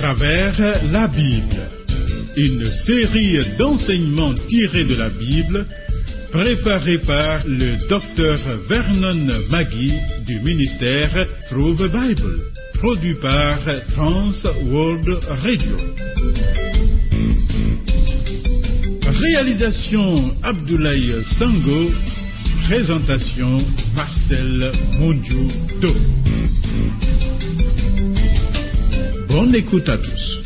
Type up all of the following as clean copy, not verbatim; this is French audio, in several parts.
travers la Bible, une série d'enseignements tirés de la Bible, préparée par le docteur Vernon Magui du ministère Through the Bible, produit par Trans World Radio. Réalisation Abdoulaye Sango, présentation Marcel Mondiou-Do. Bonne écoute à tous.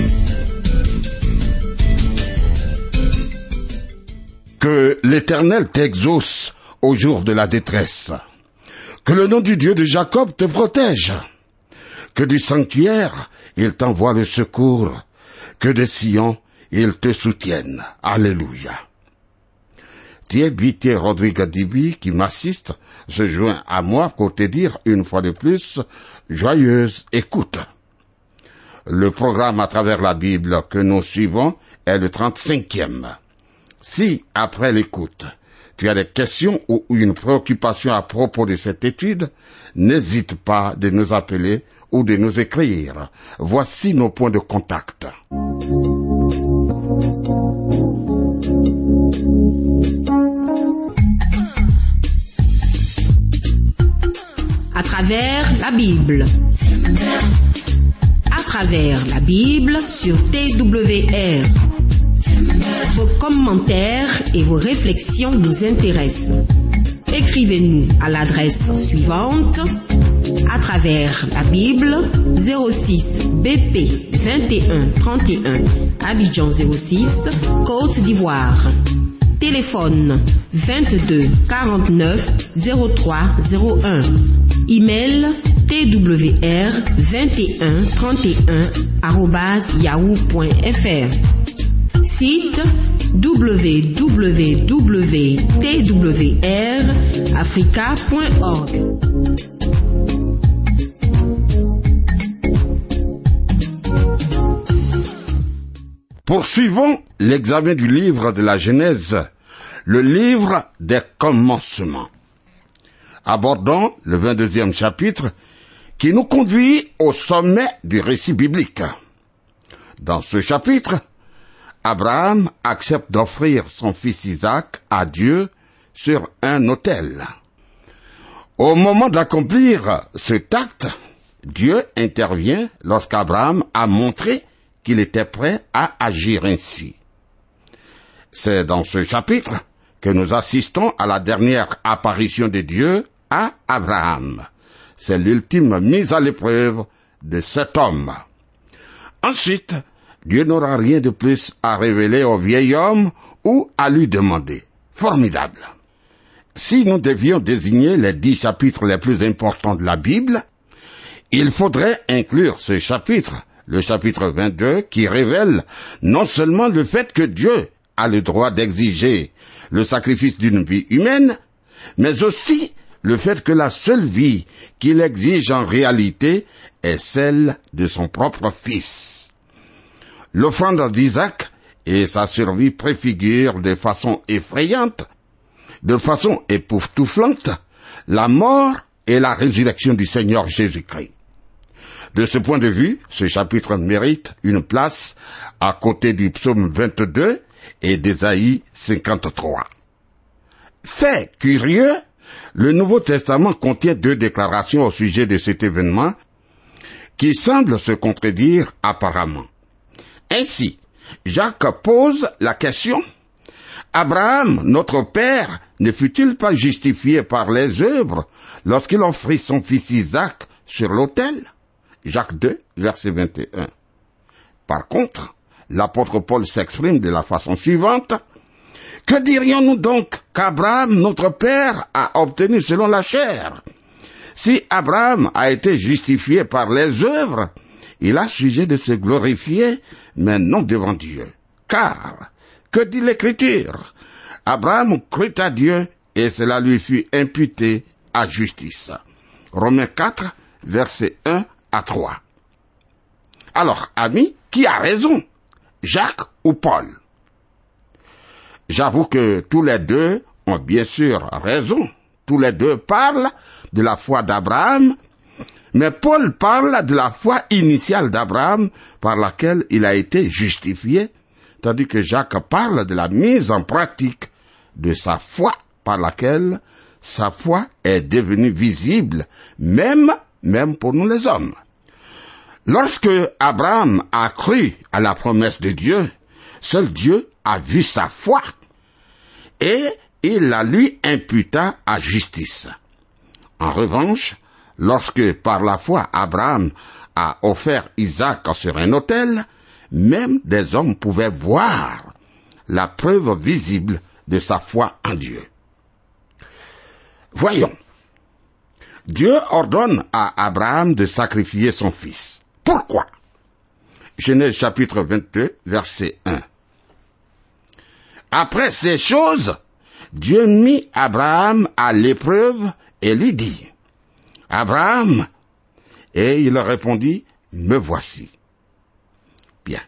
Que l'Éternel t'exauce au jour de la détresse. Que le nom du Dieu de Jacob te protège. Que du sanctuaire, il t'envoie le secours. Que de Sion, il te soutienne. Alléluia. Thierry Rodrigue Dibi, qui m'assiste, se joint à moi pour te dire une fois de plus, joyeuse écoute. Le programme à travers la Bible que nous suivons est le 35e. Si, après l'écoute, tu as des questions ou une préoccupation à propos de cette étude, n'hésite pas de nous appeler ou de nous écrire. Voici nos points de contact. À travers la Bible. À travers la Bible sur TWR. Vos commentaires et vos réflexions nous intéressent. Écrivez-nous à l'adresse suivante: à travers la Bible, 06 BP 21 31, Abidjan 06, Côte d'Ivoire. Téléphone 22 49 03 01. Email twr2131@yahoo.fr. Site www.twrafrica.org. Poursuivons l'examen du livre de la Genèse, le livre des commencements. Abordons le 22e chapitre qui nous conduit au sommet du récit biblique. Dans ce chapitre, Abraham accepte d'offrir son fils Isaac à Dieu sur un autel. Au moment d'accomplir cet acte, Dieu intervient lorsqu'Abraham a montré qu'il était prêt à agir ainsi. C'est dans ce chapitre que nous assistons à la dernière apparition de Dieu à Abraham. C'est l'ultime mise à l'épreuve de cet homme. Ensuite, Dieu n'aura rien de plus à révéler au vieil homme ou à lui demander. Formidable. Si nous devions désigner les 10 chapitres les plus importants de la Bible, il faudrait inclure ce chapitre, le chapitre 22, qui révèle non seulement le fait que Dieu a le droit d'exiger le sacrifice d'une vie humaine, mais aussi le fait que la seule vie qu'il exige en réalité est celle de son propre fils. L'offrande d'Isaac et sa survie préfigurent de façon effrayante, de façon époustouflante, la mort et la résurrection du Seigneur Jésus-Christ. De ce point de vue, ce chapitre mérite une place à côté du psaume 22 et d'Ésaïe 53. Fait curieux, le Nouveau Testament contient 2 déclarations au sujet de cet événement qui semblent se contredire apparemment. Ainsi, Jacques pose la question: Abraham, notre père, ne fut-il pas justifié par les œuvres lorsqu'il offrit son fils Isaac sur l'autel? Jacques 2, verset 21. Par contre, l'apôtre Paul s'exprime de la façon suivante: que dirions-nous donc qu'Abraham, notre père, a obtenu selon la chair? Si Abraham a été justifié par les œuvres, il a sujet de se glorifier, mais non devant Dieu. Car, que dit l'Écriture? Abraham crut à Dieu, et cela lui fut imputé à justice. Romains 4, versets 1 à 3. Alors, amis, qui a raison? Jacques ou Paul? J'avoue que tous les deux ont bien sûr raison. Tous les deux parlent de la foi d'Abraham, Mais Paul parle de la foi initiale d'Abraham par laquelle il a été justifié, tandis que Jacques parle de la mise en pratique de sa foi par laquelle sa foi est devenue visible, même pour nous les hommes. Lorsque Abraham a cru à la promesse de Dieu, seul Dieu a vu sa foi et il la lui imputa à justice. En revanche, lorsque par la foi Abraham a offert Isaac sur un autel, même des hommes pouvaient voir la preuve visible de sa foi en Dieu. Voyons. Dieu ordonne à Abraham de sacrifier son fils. Pourquoi? Genèse chapitre 22, verset 1. Après ces choses, Dieu mit Abraham à l'épreuve et lui dit, « Abraham » Et il répondit, « Me voici. » Bien.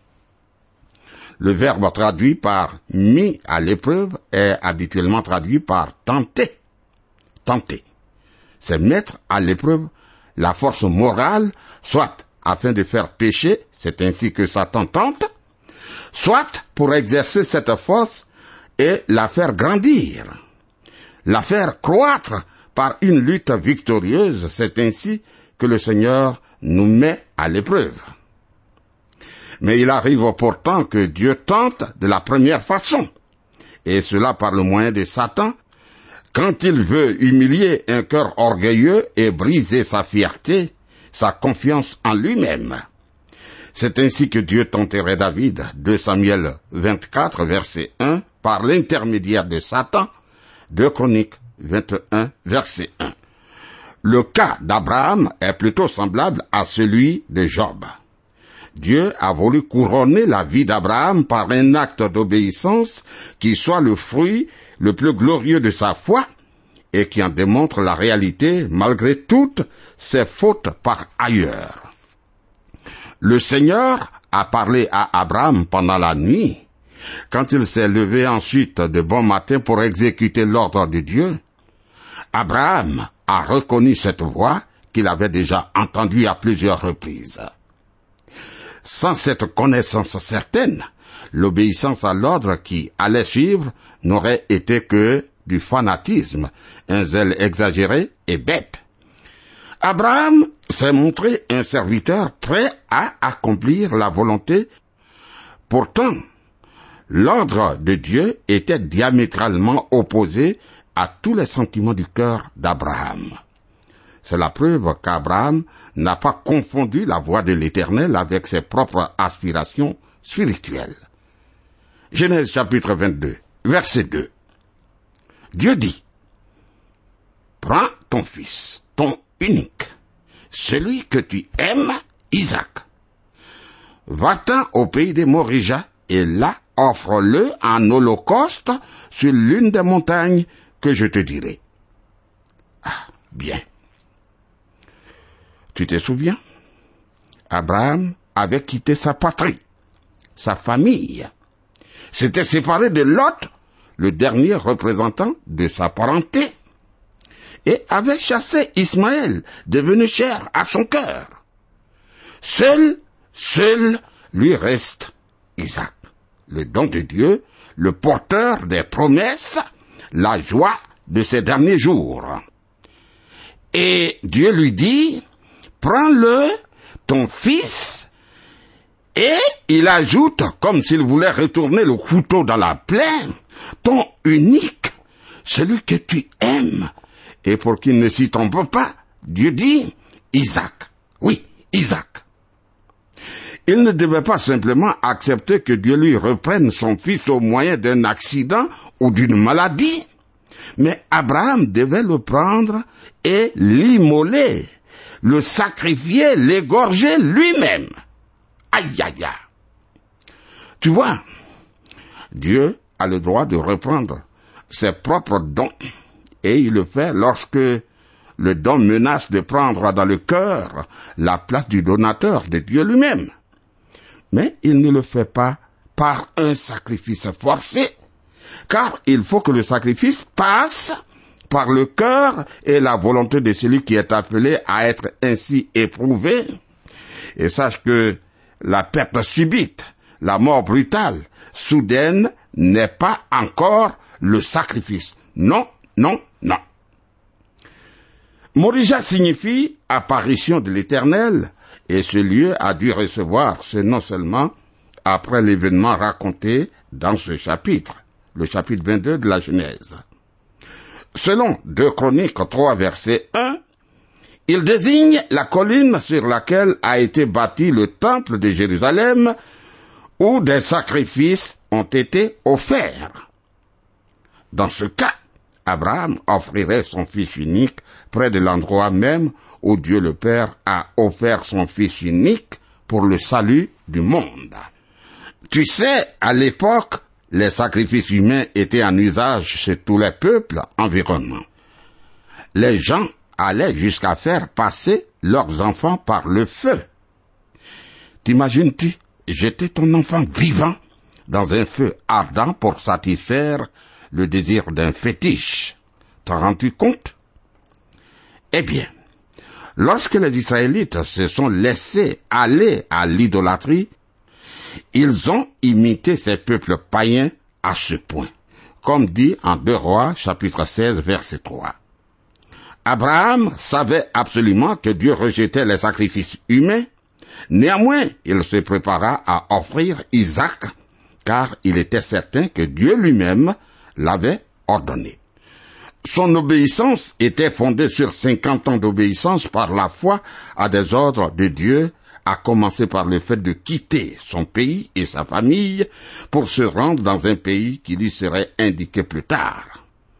Le verbe traduit par « mis à l'épreuve » est habituellement traduit par « tenter ». Tenter. C'est mettre à l'épreuve la force morale, soit afin de faire pécher, c'est ainsi que Satan tente, soit pour exercer cette force et la faire grandir, la faire croître par une lutte victorieuse, c'est ainsi que le Seigneur nous met à l'épreuve. Mais il arrive pourtant que Dieu tente de la première façon, et cela par le moyen de Satan, quand il veut humilier un cœur orgueilleux et briser sa fierté, sa confiance en lui-même. C'est ainsi que Dieu tenterait David, 2 Samuel 24, verset 1, par l'intermédiaire de Satan, 2 Chroniques 21, verset 1. Le cas d'Abraham est plutôt semblable à celui de Job. Dieu a voulu couronner la vie d'Abraham par un acte d'obéissance qui soit le fruit le plus glorieux de sa foi et qui en démontre la réalité malgré toutes ses fautes par ailleurs. Le Seigneur a parlé à Abraham pendant la nuit. Quand il s'est levé ensuite de bon matin pour exécuter l'ordre de Dieu, Abraham a reconnu cette voix qu'il avait déjà entendue à plusieurs reprises. Sans cette connaissance certaine, l'obéissance à l'ordre qui allait suivre n'aurait été que du fanatisme, un zèle exagéré et bête. Abraham s'est montré un serviteur prêt à accomplir la volonté. Pourtant, l'ordre de Dieu était diamétralement opposé à tous les sentiments du cœur d'Abraham. C'est la preuve qu'Abraham n'a pas confondu la voix de l'Éternel avec ses propres aspirations spirituelles. Genèse chapitre 22, verset 2. Dieu dit, « Prends ton fils, ton unique, celui que tu aimes, Isaac. Va-t'en au pays des Morija, et là, offre-le en holocauste sur l'une des montagnes que je te dirai. » Ah, bien. Tu te souviens? Abraham avait quitté sa patrie, sa famille, s'était séparé de Lot, le dernier représentant de sa parenté, et avait chassé Ismaël, devenu cher à son cœur. Seul lui reste Isaac, le don de Dieu, le porteur des promesses, la joie de ses derniers jours. Et Dieu lui dit, « Prends-le, ton fils, » et il ajoute, comme s'il voulait retourner le couteau dans la plaie, « Ton unique, celui que tu aimes. » Et pour qu'il ne s'y trompe pas, Dieu dit, « Isaac. » Oui, Isaac. Il ne devait pas simplement accepter que Dieu lui reprenne son fils au moyen d'un accident ou d'une maladie, mais Abraham devait le prendre et l'immoler, le sacrifier, l'égorger lui-même. Aïe, aïe, aïe. Tu vois, Dieu a le droit de reprendre ses propres dons, et il le fait lorsque le don menace de prendre dans le cœur la place du donateur de Dieu lui-même. Mais il ne le fait pas par un sacrifice forcé, car il faut que le sacrifice passe par le cœur et la volonté de celui qui est appelé à être ainsi éprouvé. Et sache que la perte subite, la mort brutale, soudaine, n'est pas encore le sacrifice. Non, non, non. Morija signifie apparition de l'Éternel, et ce lieu a dû recevoir ce nom seulement après l'événement raconté dans ce chapitre, le chapitre 22 de la Genèse. Selon 2 Chroniques 3, verset 1, il désigne la colline sur laquelle a été bâti le temple de Jérusalem, où des sacrifices ont été offerts. Dans ce cas, Abraham offrirait son fils unique près de l'endroit même où Dieu le Père a offert son fils unique pour le salut du monde. Tu sais, à l'époque, les sacrifices humains étaient en usage chez tous les peuples environnants. Les gens allaient jusqu'à faire passer leurs enfants par le feu. T'imagines-tu jeter ton enfant vivant dans un feu ardent pour satisfaire le désir d'un fétiche? T'en rends-tu compte? Eh bien, lorsque les Israélites se sont laissés aller à l'idolâtrie, ils ont imité ces peuples païens à ce point, comme dit en 2 Rois, chapitre 16, verset 3. Abraham savait absolument que Dieu rejetait les sacrifices humains. Néanmoins, il se prépara à offrir Isaac, car il était certain que Dieu lui-même l'avait ordonné. Son obéissance était fondée sur 50 ans d'obéissance par la foi à des ordres de Dieu, à commencer par le fait de quitter son pays et sa famille pour se rendre dans un pays qui lui serait indiqué plus tard.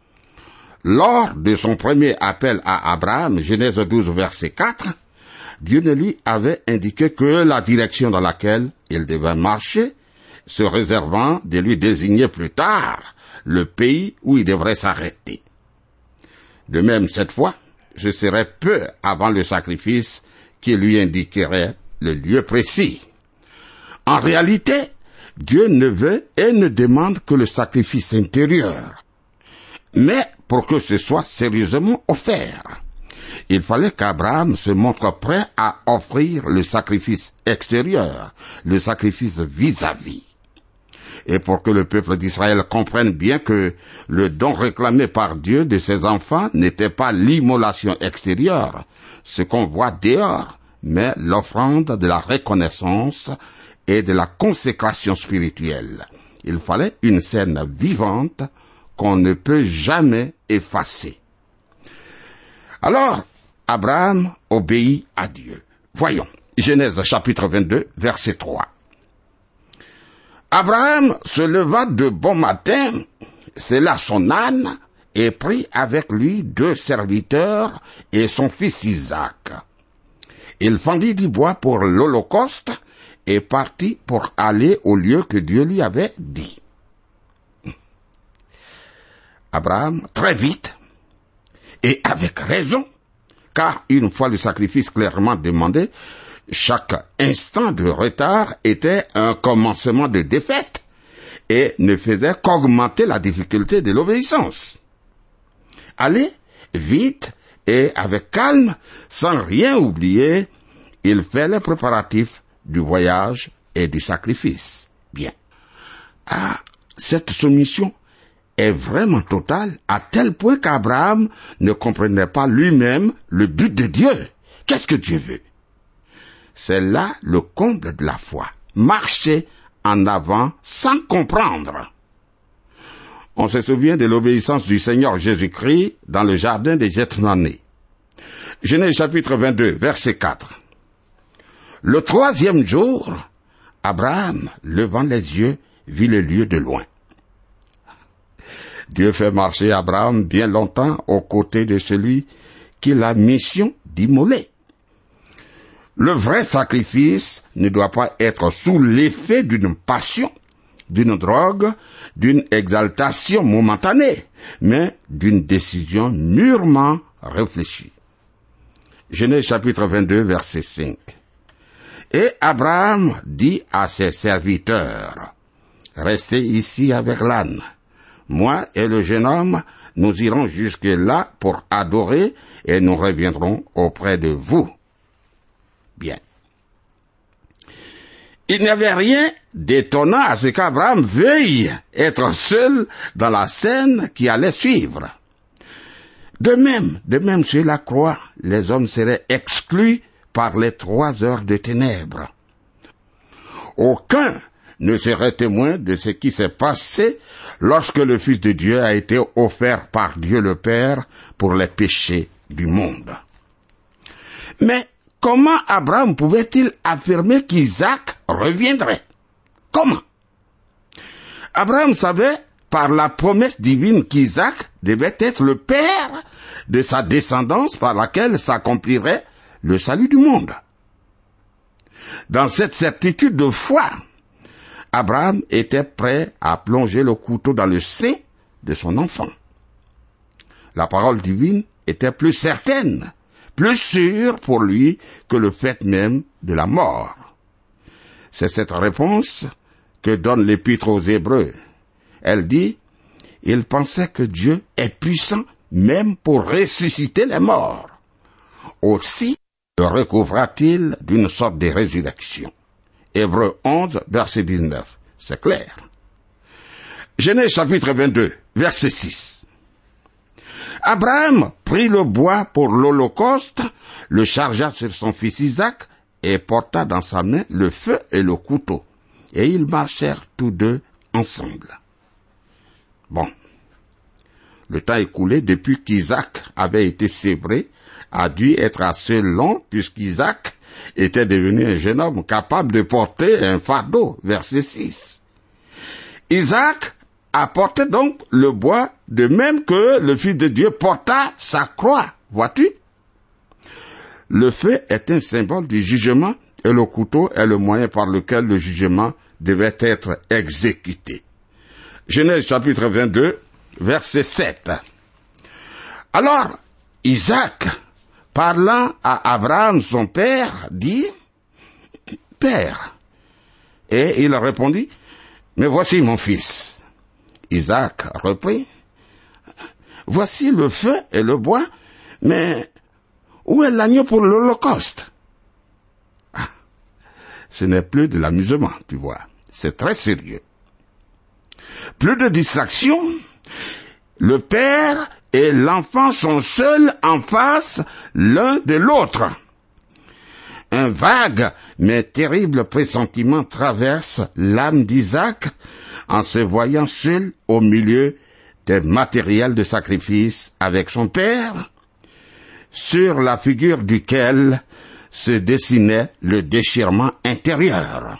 Lors de son premier appel à Abraham, Genèse 12, verset 4, Dieu ne lui avait indiqué que la direction dans laquelle il devait marcher, se réservant de lui désigner plus tard le pays où il devrait s'arrêter. De même, cette fois, ce serait peu avant le sacrifice qui lui indiquerait le lieu précis. En réalité, Dieu ne veut et ne demande que le sacrifice intérieur. Mais pour que ce soit sérieusement offert, il fallait qu'Abraham se montre prêt à offrir le sacrifice extérieur, le sacrifice vis-à-vis. Et pour que le peuple d'Israël comprenne bien que le don réclamé par Dieu de ses enfants n'était pas l'immolation extérieure, ce qu'on voit dehors, mais l'offrande de la reconnaissance et de la consécration spirituelle. Il fallait une scène vivante qu'on ne peut jamais effacer. Alors, Abraham obéit à Dieu. Voyons, Genèse chapitre 22, verset 3. Abraham se leva de bon matin, sella son âne, et prit avec lui 2 serviteurs et son fils Isaac. Il fendit du bois pour l'holocauste et partit pour aller au lieu que Dieu lui avait dit. Abraham, très vite, et avec raison, car une fois le sacrifice clairement demandé, chaque instant de retard était un commencement de défaite et ne faisait qu'augmenter la difficulté de l'obéissance. Allez, vite et avec calme, sans rien oublier, il fait les préparatifs du voyage et du sacrifice. Bien. Cette soumission est vraiment totale à tel point qu'Abraham ne comprenait pas lui-même le but de Dieu. Qu'est-ce que Dieu veut? C'est là le comble de la foi. Marcher en avant sans comprendre. On se souvient de l'obéissance du Seigneur Jésus-Christ dans le jardin de Gethsemane. Genèse chapitre 22, verset 4. Le 3e jour, Abraham, levant les yeux, vit le lieu de loin. Dieu fait marcher Abraham bien longtemps aux côtés de celui qui a la mission d'immoler. Le vrai sacrifice ne doit pas être sous l'effet d'une passion, d'une drogue, d'une exaltation momentanée, mais d'une décision mûrement réfléchie. Genèse chapitre 22, verset 5. Et Abraham dit à ses serviteurs, « Restez ici avec l'âne. Moi et le jeune homme nous irons jusque-là pour adorer et nous reviendrons auprès de vous. Bien. Il n'y avait rien d'étonnant à ce qu'Abraham veuille être seul dans la scène qui allait suivre. De même sur la croix, les hommes seraient exclus par les 3 heures de ténèbres. Aucun ne serait témoin de ce qui s'est passé lorsque le Fils de Dieu a été offert par Dieu le Père pour les péchés du monde. Mais comment Abraham pouvait-il affirmer qu'Isaac reviendrait? Comment? Abraham savait par la promesse divine qu'Isaac devait être le père de sa descendance par laquelle s'accomplirait le salut du monde. Dans cette certitude de foi, Abraham était prêt à plonger le couteau dans le sein de son enfant. La parole divine était plus certaine, plus sûre pour lui que le fait même de la mort. C'est cette réponse que donne l'Épître aux Hébreux. Elle dit, « Il pensait que Dieu est puissant même pour ressusciter les morts. Aussi le recouvra-t-il d'une sorte de résurrection. » Hébreux 11, verset 19. C'est clair. Genèse chapitre 22, verset 6. Abraham prit le bois pour l'Holocauste, le chargea sur son fils Isaac et porta dans sa main le feu et le couteau. Et ils marchèrent tous deux ensemble. Bon. Le temps écoulé depuis qu'Isaac avait été sévré a dû être assez long puisqu'Isaac était devenu un jeune homme capable de porter un fardeau. Verset 6. Isaac apportait donc le bois de même que le Fils de Dieu porta sa croix. Vois-tu? Le feu est un symbole du jugement et le couteau est le moyen par lequel le jugement devait être exécuté. Genèse chapitre 22, verset 7. Alors, Isaac, parlant à Abraham son père, dit, « Père. » Et il répondit, « Mais voici mon fils. » Isaac reprit, « Voici le feu et le bois, mais où est l'agneau pour l'Holocauste? » Ah, ce n'est plus de l'amusement, tu vois. C'est très sérieux. Plus de distraction. Le père et l'enfant sont seuls en face l'un de l'autre. Un vague mais terrible pressentiment traverse l'âme d'Isaac en se voyant seul au milieu des matériels de sacrifice avec son père, sur la figure duquel se dessinait le déchirement intérieur.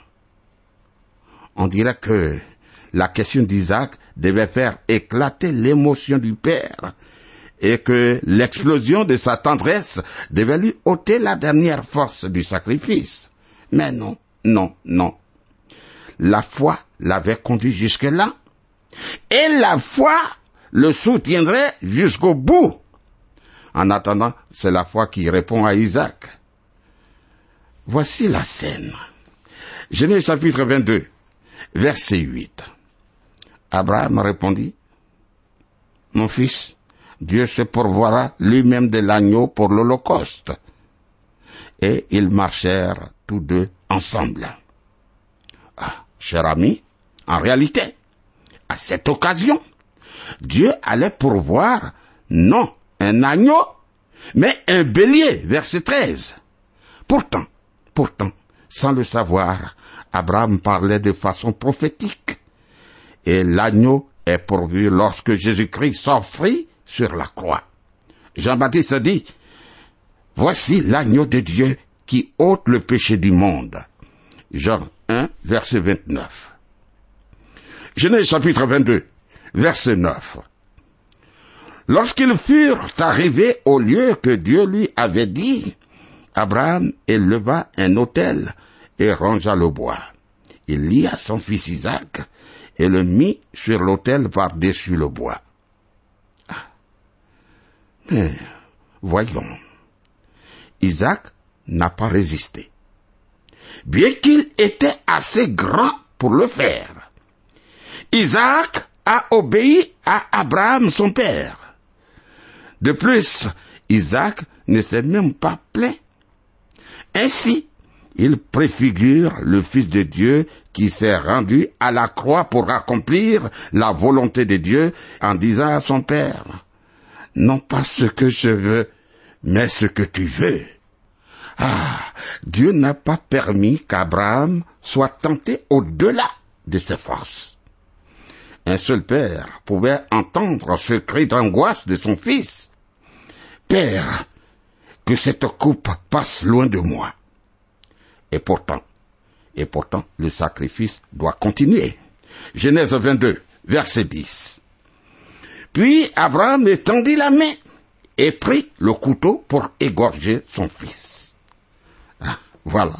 On dirait que la question d'Isaac devait faire éclater l'émotion du père et que l'explosion de sa tendresse devait lui ôter la dernière force du sacrifice. Mais non, non, non. La foi l'avait conduit jusque-là et la foi le soutiendrait jusqu'au bout. En attendant, c'est la foi qui répond à Isaac. Voici la scène. Genèse chapitre 22, verset 8. Abraham répondit, « Mon fils, Dieu se pourvoira lui-même de l'agneau pour l'Holocauste. » Et ils marchèrent tous deux ensemble. Ah, cher ami, en réalité, à cette occasion, Dieu allait pourvoir, non un agneau, mais un bélier, verset 13. Pourtant, sans le savoir, Abraham parlait de façon prophétique. Et l'agneau est pourvu lorsque Jésus-Christ s'offrit sur la croix. Jean-Baptiste dit, « Voici l'agneau de Dieu qui ôte le péché du monde. » Jean 1, verset 29. Genèse chapitre 22, verset 9. Lorsqu'ils furent arrivés au lieu que Dieu lui avait dit, Abraham éleva un autel et rangea le bois. Il lia son fils Isaac et le mit sur l'autel par-dessus le bois. Ah. Mais, voyons, Isaac n'a pas résisté. Bien qu'il était assez grand pour le faire, Isaac a obéi à Abraham son père. De plus, Isaac ne s'est même pas plaint. Ainsi, il préfigure le Fils de Dieu qui s'est rendu à la croix pour accomplir la volonté de Dieu en disant à son Père, « Non pas ce que je veux, mais ce que tu veux. » Ah, Dieu n'a pas permis qu'Abraham soit tenté au-delà de ses forces. Un seul père pouvait entendre ce cri d'angoisse de son fils. « Père, que cette coupe passe loin de moi. » Et pourtant, le sacrifice doit continuer. Genèse 22, verset 10. Puis Abraham étendit la main et prit le couteau pour égorger son fils. Ah, voilà.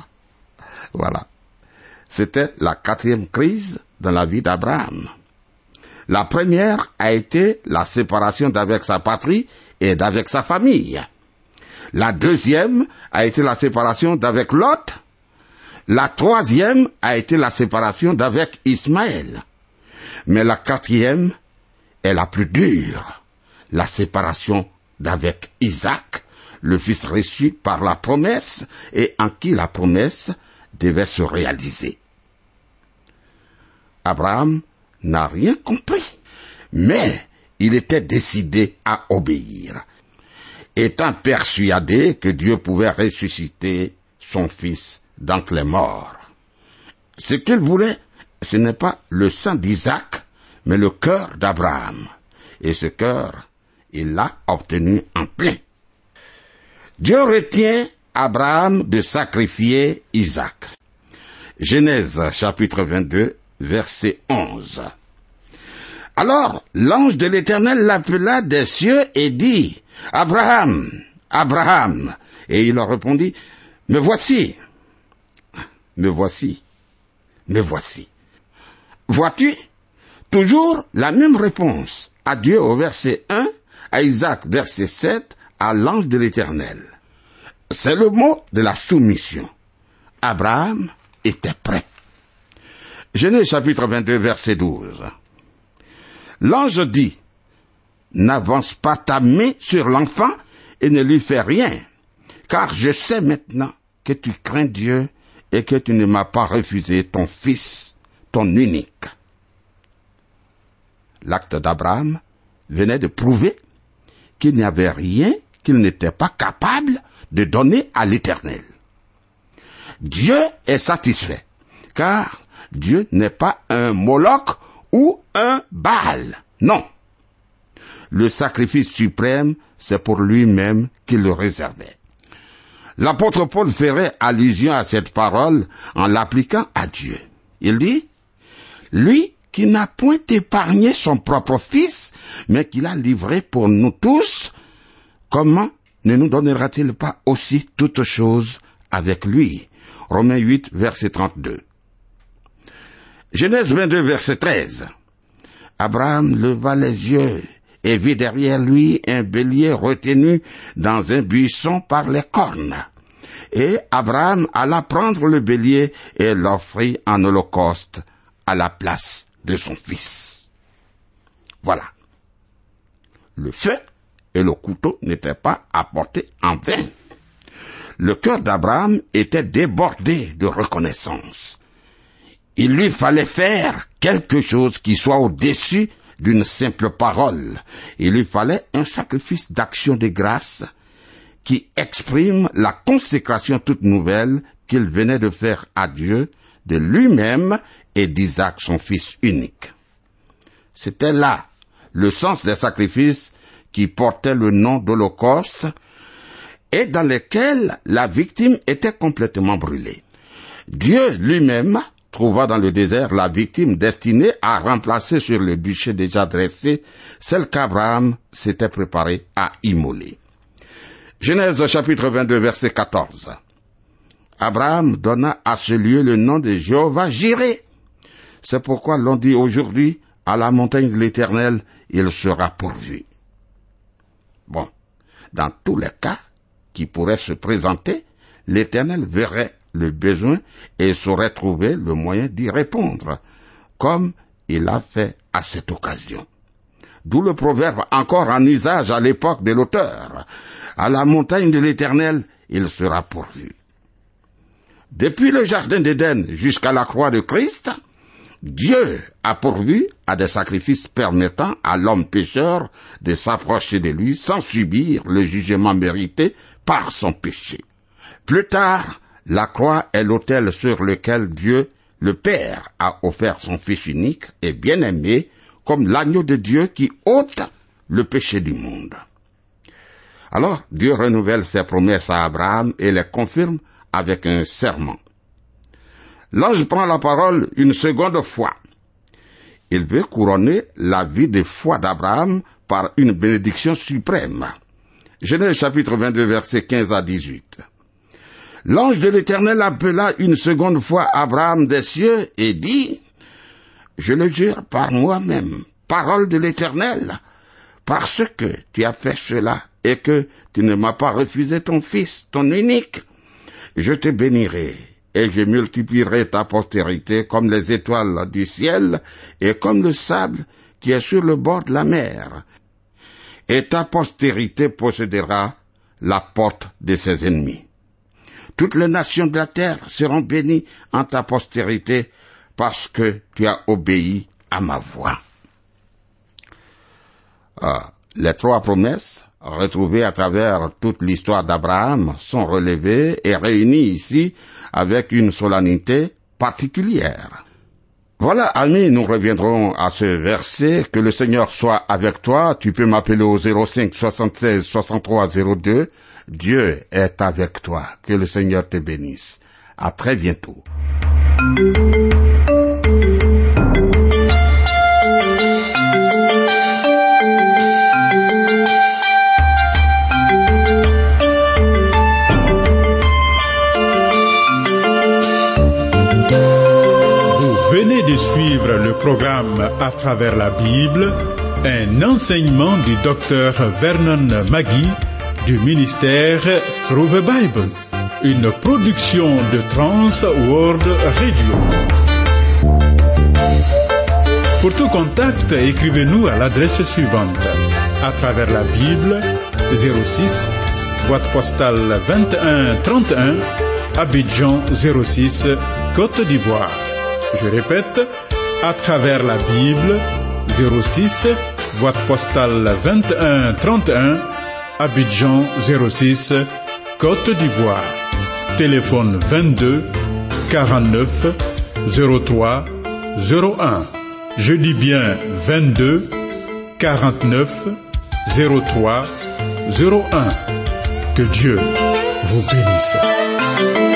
C'était la 4e crise dans la vie d'Abraham. La première a été la séparation d'avec sa patrie et d'avec sa famille. La 2e a été la séparation d'avec Lot. La 3e a été la séparation d'avec Ismaël. Mais la 4e est la plus dure, la séparation d'avec Isaac, le fils reçu par la promesse et en qui la promesse devait se réaliser. Abraham n'a rien compris, mais il était décidé à obéir, étant persuadé que Dieu pouvait ressusciter son fils d'entre les morts. Ce qu'il voulait, ce n'est pas le sang d'Isaac, mais le cœur d'Abraham. Et ce cœur, il l'a obtenu en plein. Dieu retient Abraham de sacrifier Isaac. Genèse chapitre 22, verset 11. Alors, l'ange de l'Éternel l'appela des cieux et dit, « Abraham, Abraham !» Et il leur répondit, « Me voici. » Me voici. Vois-tu? Toujours la même réponse. À Dieu au verset 1, à Isaac verset 7, à l'ange de l'Éternel. C'est le mot de la soumission. Abraham était prêt. Genèse chapitre 22 verset 12. L'ange dit, « N'avance pas ta main sur l'enfant et ne lui fais rien, car je sais maintenant que tu crains Dieu et que tu ne m'as pas refusé ton fils, ton unique. » L'acte d'Abraham venait de prouver qu'il n'y avait rien qu'il n'était pas capable de donner à l'Éternel. Dieu est satisfait, car Dieu n'est pas un Moloch ou un Baal. Non. Le sacrifice suprême, c'est pour lui-même qu'il le réservait. L'apôtre Paul ferait allusion à cette parole en l'appliquant à Dieu. Il dit, « Lui qui n'a point épargné son propre fils, mais qui l'a livré pour nous tous, comment ne nous donnera-t-il pas aussi toutes choses avec lui ?» Romains 8, verset 32. Genèse 22, verset 13. Abraham leva les yeux et vit derrière lui un bélier retenu dans un buisson par les cornes. Et Abraham alla prendre le bélier et l'offrit en holocauste à la place de son fils. Voilà. Le feu et le couteau n'étaient pas apportés en vain. Le cœur d'Abraham était débordé de reconnaissance. Il lui fallait faire quelque chose qui soit au-dessus d'une simple parole. Il lui fallait un sacrifice d'action de grâce qui exprime la consécration toute nouvelle qu'il venait de faire à Dieu de lui-même et d'Isaac, son fils unique. C'était là le sens des sacrifices qui portaient le nom d'holocauste et dans lesquels la victime était complètement brûlée. Dieu lui-même trouva dans le désert la victime destinée à remplacer sur le bûcher déjà dressé celle qu'Abraham s'était préparé à immoler. Genèse chapitre 22 verset 14. Abraham donna à ce lieu le nom de Jéhovah Jireh. C'est pourquoi l'on dit aujourd'hui, à la montagne de l'Éternel, il sera pourvu. Bon, dans tous les cas qui pourraient se présenter, l'Éternel verrait le besoin et saurait trouver le moyen d'y répondre, comme il a fait à cette occasion. d'où le proverbe encore en usage à l'époque de l'auteur. À la montagne de l'Éternel, il sera pourvu. Depuis le jardin d'Éden jusqu'à la croix de Christ, Dieu a pourvu à des sacrifices permettant à l'homme pécheur de s'approcher de lui sans subir le jugement mérité par son péché. Plus tard, la croix est l'autel sur lequel Dieu, le Père, a offert son Fils unique et bien-aimé comme l'agneau de Dieu qui ôte le péché du monde. Alors, Dieu renouvelle ses promesses à Abraham et les confirme avec un serment. L'ange prend la parole une seconde fois. Il veut couronner la vie de foi d'Abraham par une bénédiction suprême. Genèse chapitre 22, versets 15 à 18. L'ange de l'Éternel appela une seconde fois Abraham des cieux et dit, « Je le jure par moi-même, parole de l'Éternel, parce que tu as fait cela et que tu ne m'as pas refusé ton fils, ton unique. Je te bénirai et je multiplierai ta postérité comme les étoiles du ciel et comme le sable qui est sur le bord de la mer. Et ta postérité possédera la porte de ses ennemis. Toutes les nations de la terre seront bénies en ta postérité parce que tu as obéi à ma voix. » Les trois promesses retrouvées à travers toute l'histoire d'Abraham sont relevées et réunies ici avec une solennité particulière. Voilà, amis, nous reviendrons à ce verset. Que le Seigneur soit avec toi. Tu peux m'appeler au 05 76 63 02. Dieu est avec toi. Que le Seigneur te bénisse. À très bientôt. Venez de suivre le programme À travers la Bible, un enseignement du docteur Vernon Magui du ministère Through the Bible, une production de Trans World Radio. Pour tout contact, écrivez-nous à l'adresse suivante: À travers la Bible, 06, boîte postale 2131, Abidjan 06, Côte d'Ivoire. Je répète, À travers la Bible, 06, boîte postale 2131, Abidjan 06, Côte d'Ivoire. Téléphone 22 49 03 01. Je dis bien 22 49 03 01. Que Dieu vous bénisse.